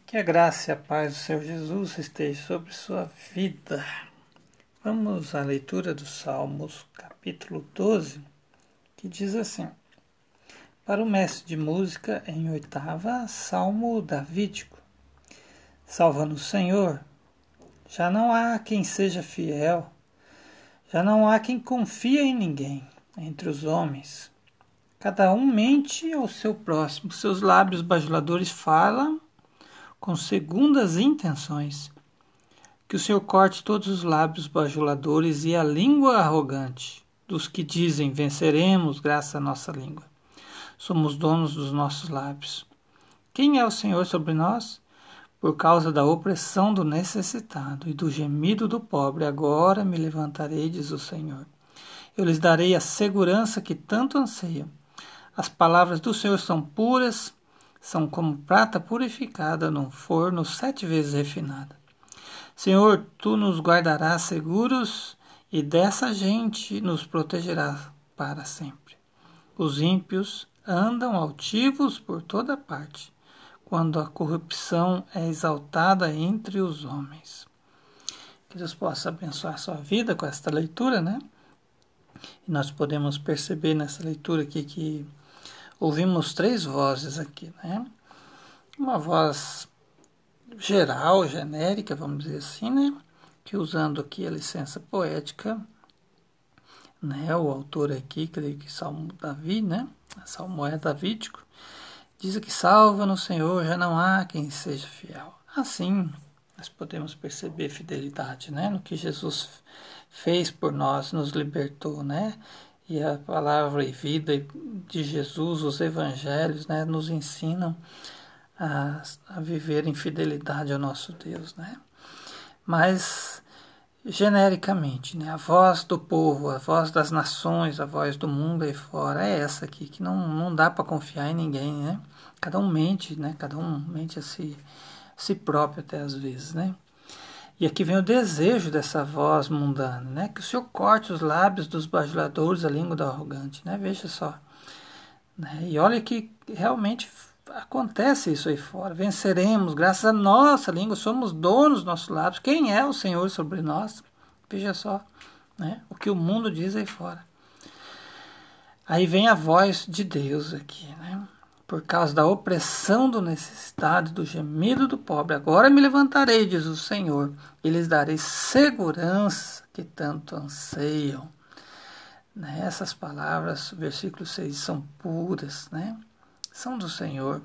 Que a graça e a paz do Senhor Jesus esteja sobre sua vida. Vamos à leitura dos Salmos, capítulo 12, que diz assim: Para o mestre de música, em oitava, Salmo davídico. Salva-nos, Senhor. Já não há quem seja fiel, já não há quem confie em ninguém entre os homens. Cada um mente ao seu próximo, seus lábios bajuladores falam com segundas intenções. Que o Senhor corte todos os lábios bajuladores e a língua arrogante dos que dizem: venceremos graças à nossa língua. Somos donos dos nossos lábios. Quem é o Senhor sobre nós? Por causa da opressão do necessitado e do gemido do pobre, agora me levantarei, diz o Senhor. Eu lhes darei a segurança que tanto anseiam. As palavras do Senhor são puras, são como prata purificada num forno 7 vezes refinada. Senhor, Tu nos guardarás seguros e dessa gente nos protegerás para sempre. Os ímpios andam altivos por toda parte, quando a corrupção é exaltada entre os homens. Que Deus possa abençoar a sua vida com esta leitura, né? E nós podemos perceber nessa leitura aqui que ouvimos 3 vozes aqui, né? Uma voz geral, genérica, vamos dizer assim, né? Que usando aqui a licença poética, né? O autor aqui, creio que Salmo Davi, né? Salmo é davídico, diz que salva no Senhor, já não há quem seja fiel. Assim, nós podemos perceber fidelidade, né? No que Jesus fez por nós, nos libertou, né? E a palavra e vida de Jesus, os evangelhos, né? Nos ensinam a viver em fidelidade ao nosso Deus, né? Mas, genericamente, né? A voz do povo, a voz das nações, a voz do mundo aí fora, é essa aqui, que não dá para confiar em ninguém, né? Cada um mente, né? Cada um mente a si próprio até às vezes, né? E aqui vem o desejo dessa voz mundana, né? Que o Senhor corte os lábios dos bajuladores, a língua do arrogante, né? Veja só. Né? E olha que realmente acontece isso aí fora. Venceremos, graças à nossa língua, somos donos dos nossos lábios. Quem é o Senhor sobre nós? Veja só, né? O que o mundo diz aí fora. Aí vem a voz de Deus aqui, né? Por causa da opressão do necessitado, do gemido do pobre. Agora me levantarei, diz o Senhor, e lhes darei segurança que tanto anseiam. Né? Essas palavras, versículo 6, são puras, né? São do Senhor.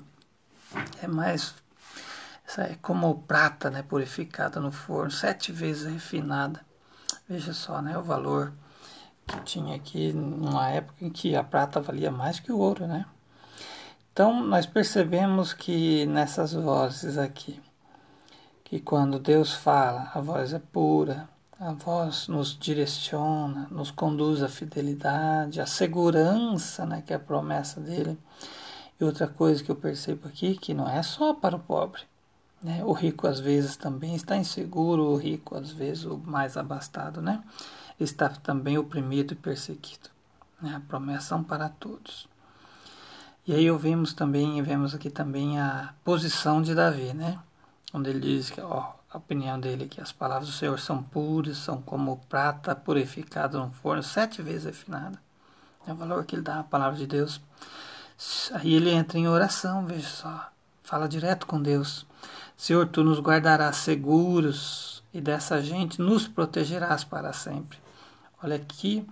É como prata, né? Purificada no forno, 7 vezes refinada. Veja só, né? O valor que tinha aqui numa época em que a prata valia mais que o ouro, né? Então, nós percebemos que nessas vozes aqui, que quando Deus fala, a voz é pura, a voz nos direciona, nos conduz à fidelidade, à segurança, né, que é a promessa dele. E outra coisa que eu percebo aqui, que não é só para o pobre, né? O rico às vezes também está inseguro, o rico às vezes o mais abastado, né? Está também oprimido e perseguido. Né? A promessa são para todos. E aí vemos aqui também a posição de Davi, né? Onde ele diz que, a opinião dele, que as palavras do Senhor são puras, são como prata purificada no forno, 7 vezes refinada. É o valor que ele dá à palavra de Deus. Aí ele entra em oração, veja só, fala direto com Deus. Senhor, Tu nos guardarás seguros e dessa gente nos protegerás para sempre. Olha aqui.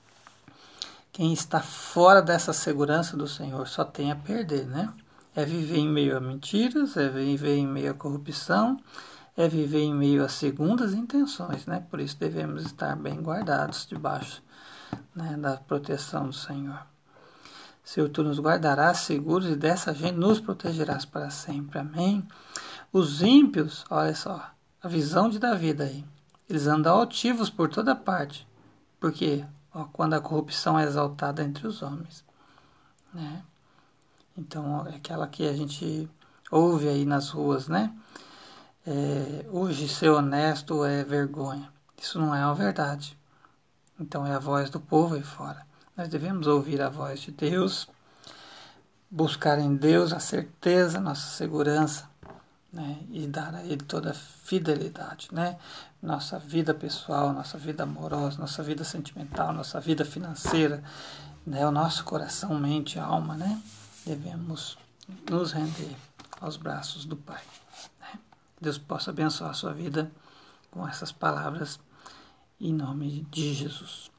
Quem está fora dessa segurança do Senhor só tem a perder, né? É viver em meio a mentiras, é viver em meio à corrupção, é viver em meio a segundas intenções, né? Por isso devemos estar bem guardados debaixo, né, da proteção do Senhor. Senhor, Tu nos guardarás seguros e dessa gente nos protegerás para sempre. Amém? Os ímpios, olha só, a visão de Davi aí, eles andam altivos por toda parte. Por quê? Quando a corrupção é exaltada entre os homens, né? Então, é aquela que a gente ouve aí nas ruas, né? Hoje ser honesto é vergonha. Isso não é a verdade. Então, é a voz do povo aí fora. Nós devemos ouvir a voz de Deus, buscar em Deus a certeza, nossa segurança, né, e dar a Ele toda a fidelidade, né? Nossa vida pessoal, nossa vida amorosa, nossa vida sentimental, nossa vida financeira, né? O nosso coração, mente, alma, né? Devemos nos render aos braços do Pai. Né? Deus possa abençoar a sua vida com essas palavras em nome de Jesus.